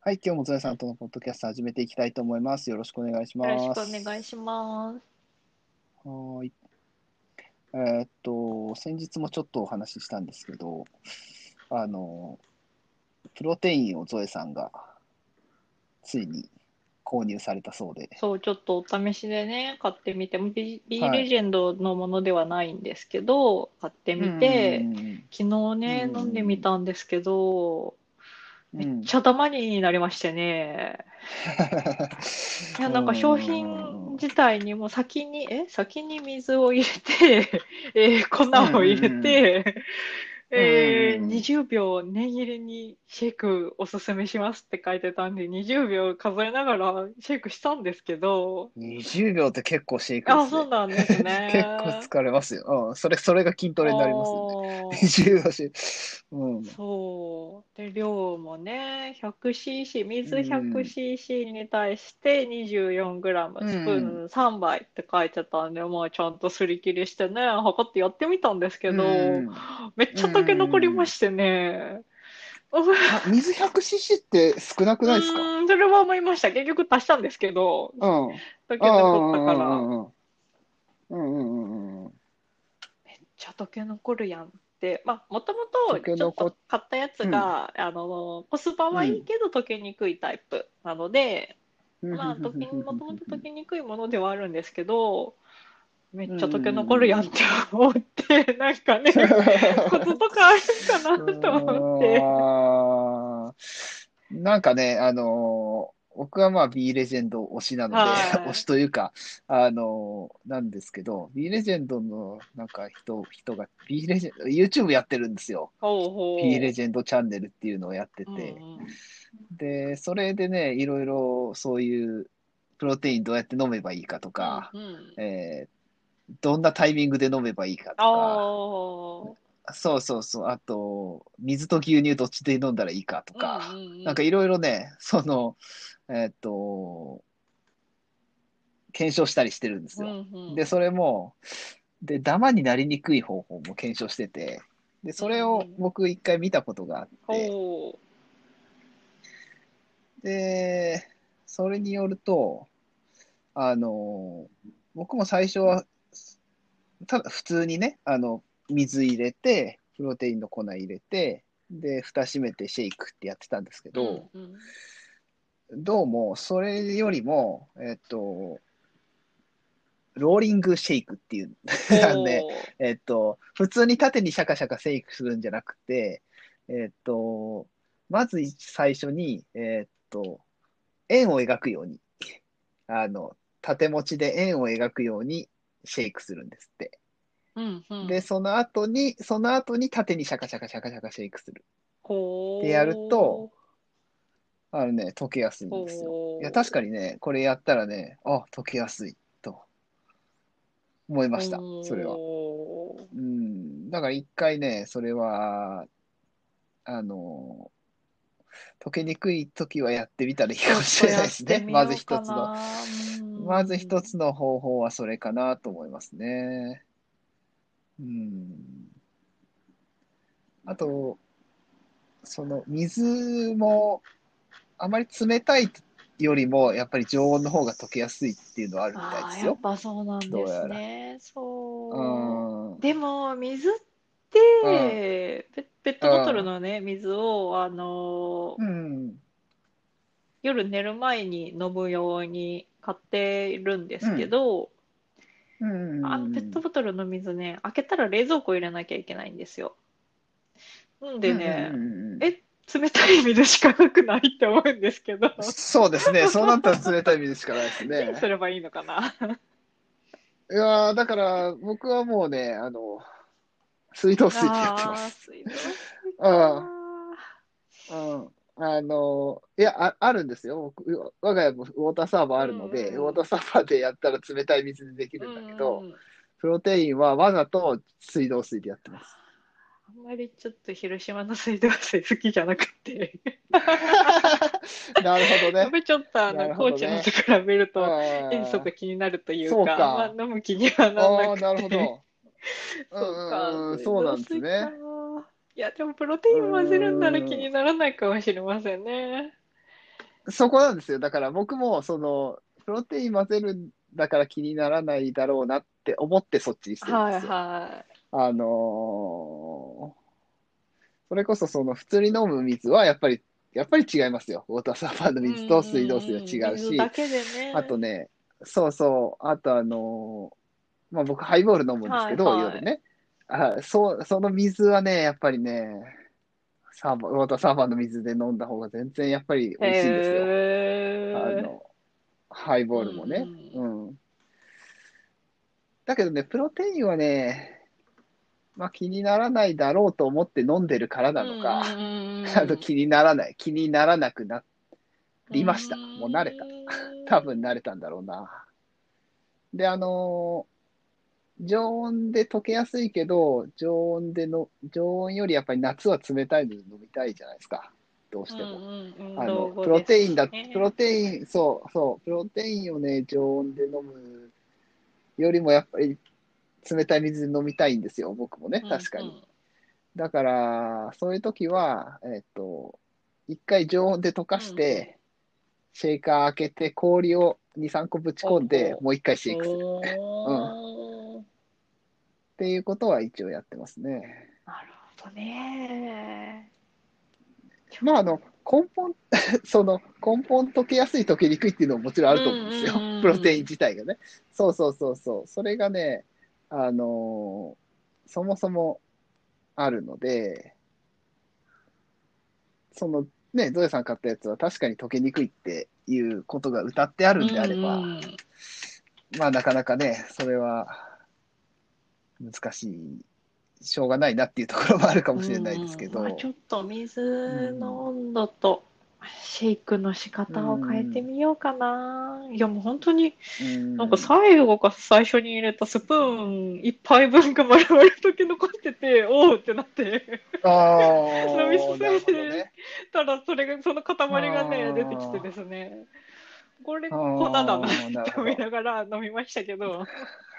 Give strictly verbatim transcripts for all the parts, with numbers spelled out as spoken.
はい、今日もゾエさんとのポッドキャスト始めていきたいと思います。よろしくお願いしよろしまくお願いす。 します。 はーい。えーっと、先日もちょっとお話ししたんですけど、あの、プロテインをゾエさんがついに購入されたそうで、 そう、ちょっとお試しでね、買ってみて、ビ、ビーはい。 レジェンドのものではないんですけど、買ってうんみて、 うん昨日うんね、飲んでみうんたんですけど、めっうんうん。 ちゃダマになりましてね。いや、 うなんか商んうん品自体にも先に、え、先に水を入れて、えー粉うんを入れうんて、 うんえー、 うん。 にじゅうびょう念入りにシェイクおすすめしますって書いてたんで、にじゅうびょう数えながらシェイクしたんですけど、 にじゅうびょうって結構シェイクであ、 すね。 そうなんです結構ね。 疲れますよ。うん、それ、それが筋トあレになりますよね。 ー、 にじゅうびょうし、うん。 そう。で、量もね、ひゃくシーシー、 う水ん。 ひゃくシーシー に対して にじゅうよんグラム、 うスプん。 ーンさんばいって書いてたんで、まあちゃんとすり切りしてね、測ってやってみたんですけうど、 ん。 めっうちゃだけ残りまん。 してね。うあ、水 ひゃくシーシー って少なくないですか？ ーん、それは思いました。結局足したんですけど、 うん。うん。 だけ残ったから、 うん。うん。うん。うん。うん。うん。 めっちゃ時計残るやんって。まあ、もともとちょっと溶け残っ、 買ったやつうん。 が、あの、コスパはいいうん。 けど溶けにくいタイプなので、 うん。うん。 まあ、溶けに、もともと溶うん。 けにくいものではあるんですけど、めっうちゃ溶け残るやんってん。 思って、なんかね、コツとかあるんかなうと思って。 ーん。なんかね、あのー僕はまあ B レジェンド推しなので、推しはい。 というか、あのーなんですけど、B レジェンドのなんか人、人が B レジェンド、YouTube やってるんですよ。 ほう B レほジェンドチャンネルっていうのをやってう。うて。 んうん。 で、それでね、いろいろそういうプロテインどうやって飲めばいいかとうんか、 うん。 えーどんなタイミングで飲めばいいかあとか、 あ。 そうそうそう。あと、水と牛乳どっちで飲んだらいいかとうんうんか、なんかいうん。 ろいろね、その、えっと、検証したりしてるんですうんよ。で、 うん。 それも、で、ダマになりにくい方法も検証してて、で、 うんそれをうん。 僕一回見たことがあって、 ほう。 で、それによると、あの、僕も最初は、ただ普通にね、あの、水入れて、プロテインの粉入れて、で、蓋閉めてシェイクってやってたんですけうんど、 うん。 どうも、それよりも、えっと、ローリングシェイクっていう、なんで、 ほえっと、普通に縦にシャカシャカシェイクするんじゃなくて、えっと、まず最初に、えっと、円を描くように、あの、縦持ちで円を描くようにシェイクするんですって。 う。うんうで、 ん。 その後に、その後に縦にシャカシャカシャカシャカシェイクする。ってやると、 ほう。 あのね、溶けやすいんですよ。いや、確かほにね、これやったらね、あ、溶けやすいと思いう。 ました、それは。 ほう。 うん、だから一回ね、それは、あの、溶けにくい時はやってみたらいいちょかもしれないっとやっですね。 てみまずようか一つの、 な。うまず一つん。 の方法はそれかなと思いますね。うん。あと、その水もあまり冷たいよりも、やっぱり常温の方が溶けやすいっていうのはあるみたいでああ、 すよ。 やっぱそうなんですどうやら。 ね。 うそう。 ん。 でも、水っうん。 て、ペ、ペットボトルうん。 のね、水を、あのうん。 夜寝る前に飲むように買っているんですけうん。 ど、 うあのペットん。 ボトルの水ね、開けたら冷蔵庫入れなきゃいけないんですよ。んうん。うでね、 ん。 え、冷たい水しかなくないって思うんですけど、 そうですね。そうなったら冷たい水しかないですチンすね。 ればいいのかな。 いやー、だから僕はもうね、あの、水道水でやってまああ、 す。 水道水うん。 か。 うん。あの、いや、あ、あるんですよ。僕我が家もウォーターサーバーうあるので、ウォーんターサーバーでやったら冷たい水でできうん。 るんだけど、 うん。 プロテインはわざと水道水でやってます。 あんまりちょっと広島の水道水好きじゃなくて。 なるほどね。 やっぱりちょっとあの、 なるほ高知のとどね。 比べると塩素ああ、 が気になるというそうか、あんまか。 飲む気にはなんなああ、 くなるほて。 ど。うそうか、 んうんうん、 水そうなんです道水か。 ね。 いや、でもプロテうイン混ぜるんなら気ーん。 にならないかもしれませんね。 そこなんですよ。だから僕も、その、プロテイン混ぜるんだから気にならないだろうなって思ってそっちにしてるんではいすよ。 はあのーそれこそその普通に飲む水はやっぱり、やっぱり違いますよ。ウォーターサーバーのい。うん水と水道水はうんうん。 違うし、 水だけであとね。 ね、そうそう、あとあのーまあ僕ハイボール飲むんですはいけど、 はい。 夜ね。あ、そう、その水はね、やっぱりね、サーバー、ウォーターサーバーの水で飲んだ方が全然やっぱりへ美味しいんですよ。あえ。 の、ハイうんうボールもね。うん。 ん。だけどね、プロテインはね、まあ気にならないだろうと思って飲んでるからうんうなのか、あのん気にならない、気にならなくなうん。うりました。もう慣れた。多分慣れたんだろうな。で、あのー常温で溶けやすいけど、常温での、常温よりやっぱり夏は冷たいので飲みたいじゃないですか。どううんうしても。 ん。運あの、 動後プロですしテインだ、プロね。 テイン、そうそう、プロテインをね、常温で飲むよりもやっぱり冷たい水で飲みたいんですよ、僕もね、 うん確かに。 うん。 だから、そういう時は、えっと、一回常温で溶かしうんうん。 て、シェイカー開けて氷をに、さんこぶち込んで、 ほうほもう一回シう。 ェイクする。うん。っおー。 ていうことは一応やってますね。 なるほどね。ちょまあ、あの、根本、その、根本溶けやすい溶けにくいっていうのももちろんあうんると思うんですよ。プロテインうん自体がね。そうそうそうそう。それがね、あのーそもそもあるので、その、ね、ゾエさん買ったやつは確かに溶けにくいっていうことが歌ってあうん。うるんであれば、 んうん。 まあなかなかね、それは難しい、しょうがないなっていうところもあるかうもしれないですんうん。まあちけど、 ょっとう水のん、 温度とシェイクの仕う方を変えてん、 みようかな。いやもう本当にうなんかん、 最後か最初に入れたスプーン一杯分が丸々溶け残ってて、おうってなってあ飲み進あ、なるめてほどね。 たら、それが、その塊がね、出てきてであすね、これあ、 粉だなっああ、なるほど。 て思いながら飲みましたけど、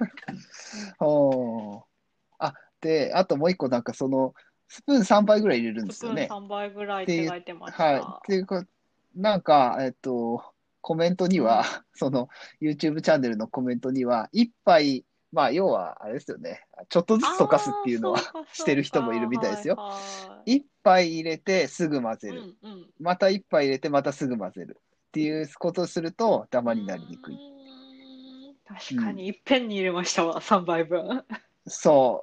ああ、あ、で、あともう一個なんかその、スプーンさんばいぐらい入れるんスプーンですよね。 さんばいぐらいっっていう、 て書いてましはい。った。 ていうか、なんか、えっと、コメントには、 うん。 その、YouTube チャンネルのコメントには、一杯、まあ、要は、あれですよね。ちょっとずつ溶かすっああ、 ていうのはそうか、 してそうか。 る人もいるみたいではいすよ。 は一杯入れてすぐ混ぜい。うる。 んうん。 また一杯入れてまたすぐ混ぜる。っていうことをするとダうーマになりにくい。 ん。確うん。 かに、いっぺんに入れましたわ、さんばいぶん。 そう。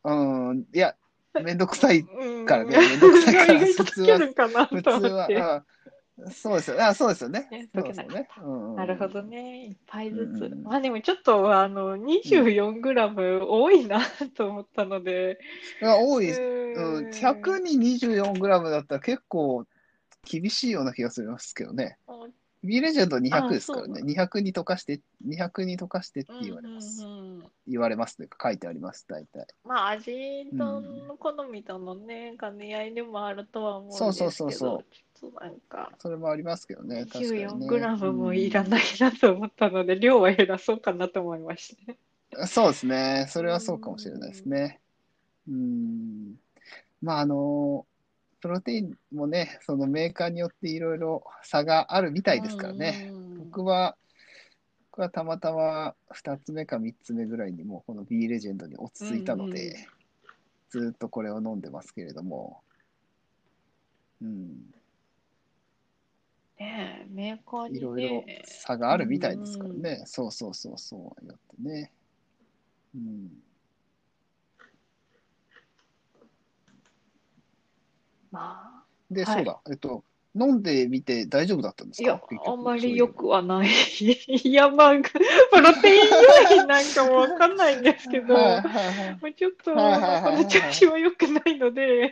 うん。いや、めんどくさいうん。 からね。めんどくさい意から、 外と溶け普通は、 るんかな普と通は、 思って。 うん、そうですよね。あ、そうですよね。 ね、溶そうそうね。 けなかった。 うん。 なるほうん。 どね。一杯うずつ。まん。 あでもちょっと、あの、 うん。 にじゅうよんグラム多いなと思ったので、 が多うい、うん、ひゃくーん。 に にじゅうよんグラムだったら結構厳しいような気がするんですけどね。B レジェンドにひゃくあ、 ですからね。 そうな。 にひゃくに溶かして、にひゃくに溶かしてってうん、 言われまうん、 す。 うん。 言われますね。書いてあります、大体。 まあ、味うん。 の好みとのね、兼ね合いでもあるとは思うんでそうそうすけど、 そうそう。 ちょっとなんか、 それもありますけどね。確かに 24グね。うラムもいらなん。 いなと思ったので、量は減らそうかなと思いましたね。 そうですね。 うーそれはそうかもしれないですん。 ね。うん。まあ、あの、プロテインもね、そのメーカーによっていろいろ差があるみたいですからうんね。 うん。 僕は、僕はたまたまふたつめかみっつめぐらいにもうこの B レジェンドに落うんち着いたので、 うん。 ずっとこれを飲んでますけれども、うん、 ねえ、メーカーにいろいろね、 差がうあるみたいですからん。 ね。そうそうそうそう、よってね。うん、 まで、 あ、はい。 そうだ、えっと、飲んでみて大丈夫だったんですいや、 か結局、 あんまり良そういえば。 くはない。いや、まあ、プロテイン由来なんかもわかんないんですけど、 はいはいはい。 まあ、ちょっとはいはいはいお腹の調はいはい。 子は良くないので、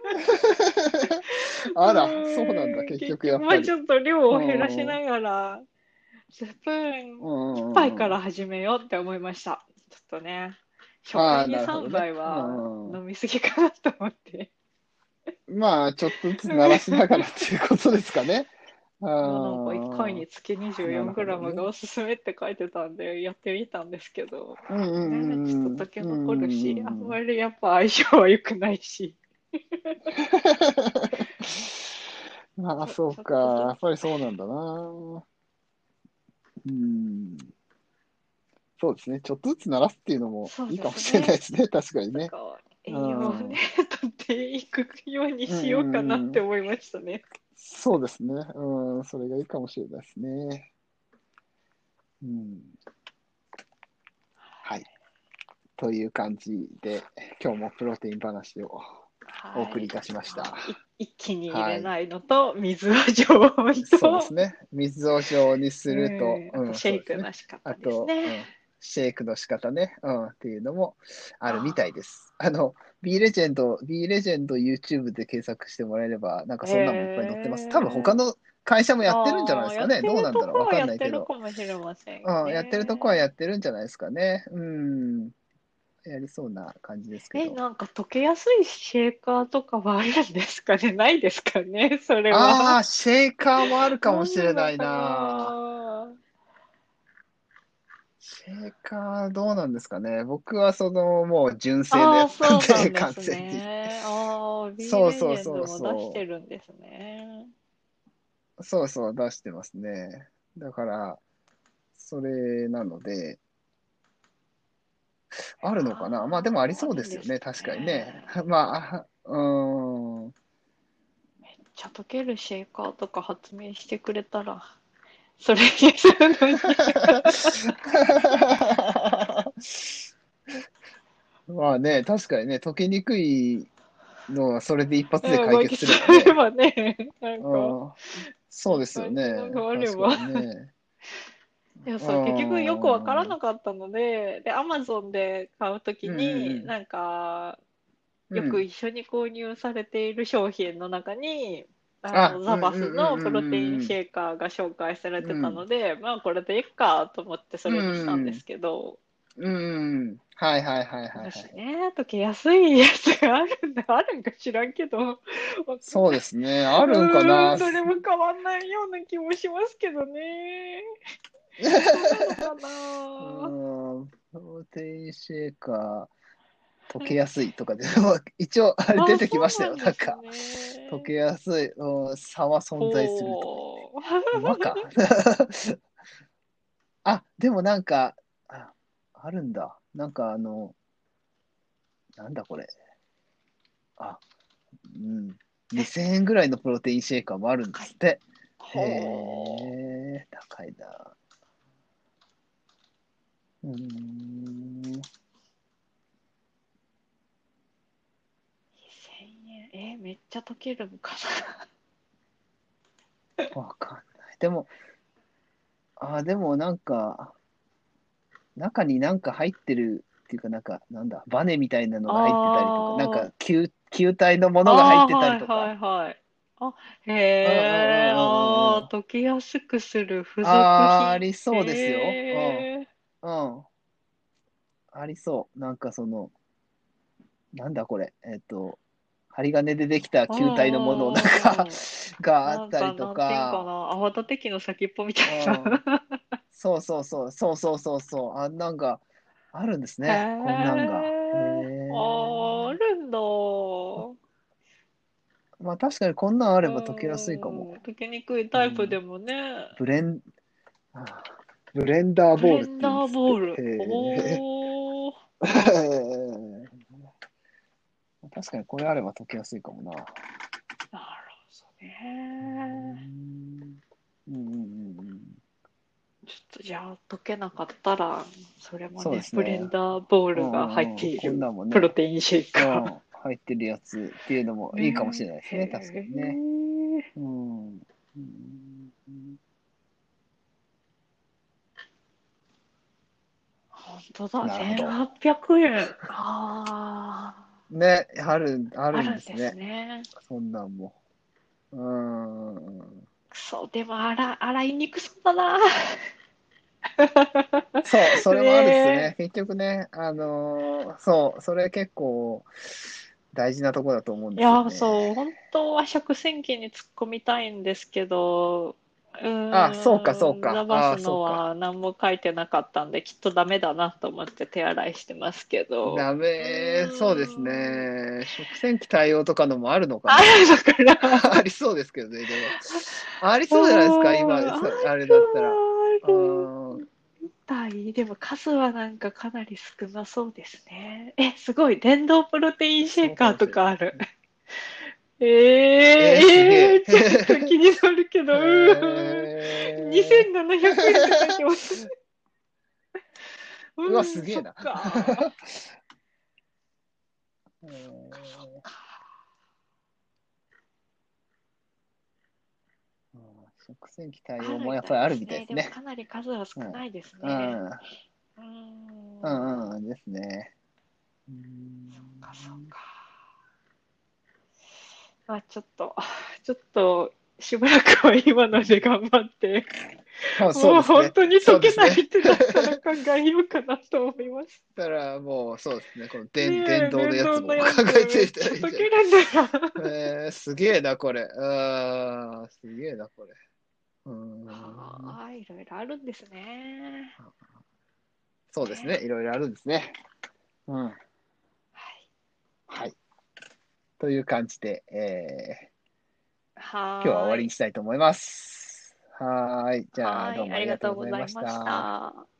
うあら、そうなんだ、 ーん、 結結局、まあち局やっぱり。 ょっと量うを減らしんうんながら、スプーンう一杯んうん。 から始めようって思いました。ちょっとね、初ああ、 回に3 なるほどね。 杯うはんうん。 飲みすぎかなと思って。 まあ、ちょっとずつ慣らしながらっていうことですかね。 いや、なんかいっかいあにつきあ、なるにじゅうよんグほどね。 ラムがおすすめって書いてたんで、やってみたんですけど、 うんうね、ちょっんうんと溶けうん。 残るし、あんうんうんうん。 まりやっぱ相性は良くないし。 うああ、 ちょ、 そうか。 ちょっとずやっぱりそうなんだな。うん。そうですね。ちょっとずつ鳴らすっていうのもそうでいいかもしれないすね。 ですね。確かにね。 とか、 う栄養をね、 ん。うん取っていくようにうしようかなっんうん。 て思いましたね。 そうですね。うん。それがいいかもしれないですね。うん。はい。という感じで、今日もプロテイン話をおはい。 送りいたしました。 はい。い一気に入はい。 れないのと、水を常温と、 そうですね。水を状にすうると、 ん、あとうん、 シェイクそうですね。 の仕方ですあと、 ね。 うん、シェイクの仕方ね、うん、っていうのもあるみたいあです。あの、B レジェンド、B レジェンド YouTube で検索してもらえれば、なんかーそんなんもいっぱい載ってます。多分他へえ。 の会社もやってるんじゃないでああ、 すかね。 やってるどうなんだろう。わかんとこはやっないけど。 てるかもしれませんようん、やってるとこはやね。 ってるんじゃないですかね。うん、やりそうな感じですけえ、 ど。 なんか溶けやすいシェーカーとかはあるんですかね？ないですかね？それは。 ああ、シェーカーもあるかもあしれないるのかな。 な？ シェーカーどうなんですかね。僕はそのもう純正のああ、 やつなんそうなで、 んです完全に。 ね。ああ、B そうレジェンドそうそうも出してそるんですね。 う。そうそう出してますね。だから、それなので、あるのかな。まあでもありああ、あそうるんですですよね。確かにね。 ね。 まあ、うーん。 めっちゃ溶けるシェーカーとか発明してくれたら、それにするのに。 まあね、確かにね、溶けにくいのはそれで一発でうん、 解決す動きすればね。 ればね、なんか、 うん。そういいですよ感じのね。 があれば。 確かにね。 いや、 うそう、結局よくわからん。うんなかったので、で、アマゾンで買うときうんに、 うん。 なんか、 うん。 よく一緒に購入されている商品の中に、ああ、 の、 うんうんザバスうんうのプロテインんシェーカーが紹介されてたうん。 ので、まあこれでいいかと思ってそうれにしたんでん。 すけど、 うん。うん。はいはいはいはいはい。 私ね、溶けやすいやつがあるんだ、あるんか知らんけど、わかんそうない。 ですね。あうるんかーん、 な。 どれも変わんないような気もしますけどね。そうなのかうな。 ーん。プロテインシェーカー、溶けやすいとかで、一応、あれ出あ、 てそうきましたよ。 なんですなんか、溶けね。 やすい、うん、差は存在するとか言って。 ほう。 ほんまか。あ、でもなんか、あ、あるんだ。なんかあの、なんだこれ。あ、うん。 え、 にせんえんぐらいのプロテインシェーカーもあるんで高い。 すって。へほう。 え、高いな。うーん、 せんえん。え、めっちゃ溶けるのかわかんない。でも、あ、でもなんか、中になんか入ってるっていうか、なんか、なんだ、バネみたいなのな。 が入ってたりとか、なんあー。 か球、球体のものが入っあー、 てたはいはりとか。 いはい。あ、へうんうんうえ、 んうんうんうん。 あー、溶けやすくする付属あー、あ品。 りそうですよ。うん。 へえ。 うん。ありそう。なんかその、なんだこれ。えっと、針金でできたうん球体のものなんかうんうん。 があっなんか、 たりとなんていうんかか、 な、泡立て器の先っぽみたいうな。 ん。そうそうそう、そうそうそうそう。あ、なんか、あるんですへね。こんなんが。へえ、あえ。 るんだ。うまあ確かにこんなんあれば溶けやすいかも。 ん、溶けにくいタイプうん。 でもね。 ブレン、あブレンダーブボールってレンダー言うんですって。 ボール。 へほー。 え。確かにこれあれば溶けやすいかもな。 なるほどうね。 ん。うんうんうんうん。 ちょっとじゃあ溶けなかったら、それもそうでね、 すね。 ブレンダーボーうルが入っんうんうん。こんているなんもね、 プロテインシェイうカー。 ん、入ってるやつっていうのもいいかもしれねないですえ、 ね。確かへにね。 え。 うん。うんうん本当だ、 なるほど。 せんはっぴゃくえん。あね、ある、ああ、あるんるんですですね。 ね。 そんなんも。うーん。 くそ、でも洗、洗いにくそうだな。 そう、それもあるっすね。 ねえ。 結局ね、あのーそう、それ結構大事なとこだと思うんですよいや、 ね。 そう、本当は食洗機に突っ込みたいんですけど、 うあ、そうか、そうーん、伸か。ああ、そうばすのか。 は何も書いてなかったんで、きっとダメだなと思って手洗いしてますけど。 ダうメ、そうですーん。 ね。食洗機対応とかのもあるのかあ、 な。 だから、 ありそうですけどね、でも。ありあそうじゃないですか、今、 ー、あさあれるだったら。 はうあるーん。 みたい。でも数はなんかかなり少なそうですね。え、すごい。電動プロテインシェそうーカーかもしれない。 とかある。えー、 えー、すげえー、ちょっとえ。 気になるけど、うーん。 へにせんななひゃくえんって書いてます。 ー。うわ、 うん、そっすげえな。 か。 えーうん食洗機対応あるみもやっぱりあるたいですね。 みたいですね。 でもかなり数はうん。 少ないですね。 うん。 うーん。 うんうんですね。うーそっかそっん。 か。まあちょっと、ちょっと、しばらくは今ので頑張って、 あ、そうもうですね。 本当に解けないそうですね。 ってなったら考えようかなと思います。 だからもうそうですね。この電、電ねえ、 動の電やつも考動のやつえてめっいたらいいんちゃ解けじゃないか。 るんだよ。 えー、すげえな、これ。あー、すげえな、これ。うーん。 はあ、いろいろあるんですね。 そうですね。 ね。 いろいろあるんですね。うん。 はい。 はい。という感じで、えー今日は終はーい。 わりにしたいと思います。はーい。じゃあ、 はーい。 どうもありありがとうがとうございましございました。 た。